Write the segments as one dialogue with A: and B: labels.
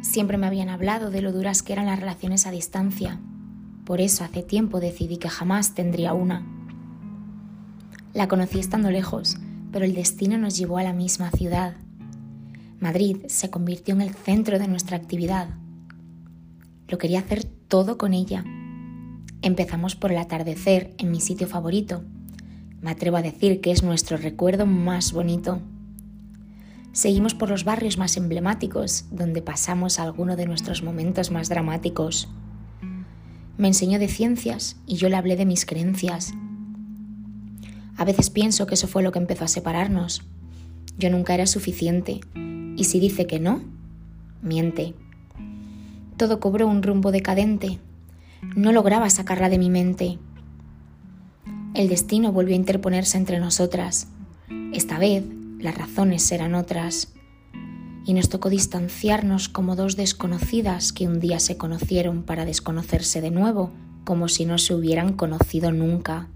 A: Siempre me habían hablado de lo duras que eran las relaciones a distancia. Por eso hace tiempo decidí que jamás tendría una. La conocí estando lejos, pero el destino nos llevó a la misma ciudad. Madrid se convirtió en el centro de nuestra actividad. Lo quería hacer todo con ella. Empezamos por el atardecer en mi sitio favorito. Me atrevo a decir que es nuestro recuerdo más bonito. Seguimos por los barrios más emblemáticos, donde pasamos algunos de nuestros momentos más dramáticos. Me enseñó de ciencias y yo le hablé de mis creencias. A veces pienso que eso fue lo que empezó a separarnos. Yo nunca era suficiente, y si dice que no, miente. Todo cobró un rumbo decadente. No lograba sacarla de mi mente. El destino volvió a interponerse entre nosotras. Esta vez, las razones eran otras. Y nos tocó distanciarnos como dos desconocidas que un día se conocieron para desconocerse de nuevo, como si no se hubieran conocido nunca.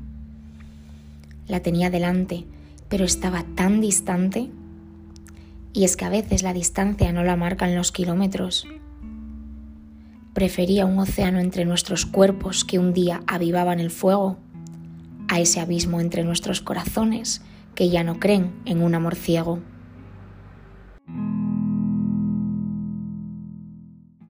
A: La tenía delante, pero estaba tan distante. Y es que a veces la distancia no la marcan los kilómetros. Prefería un océano entre nuestros cuerpos que un día avivaban el fuego, a ese abismo entre nuestros corazones que ya no creen en un amor ciego.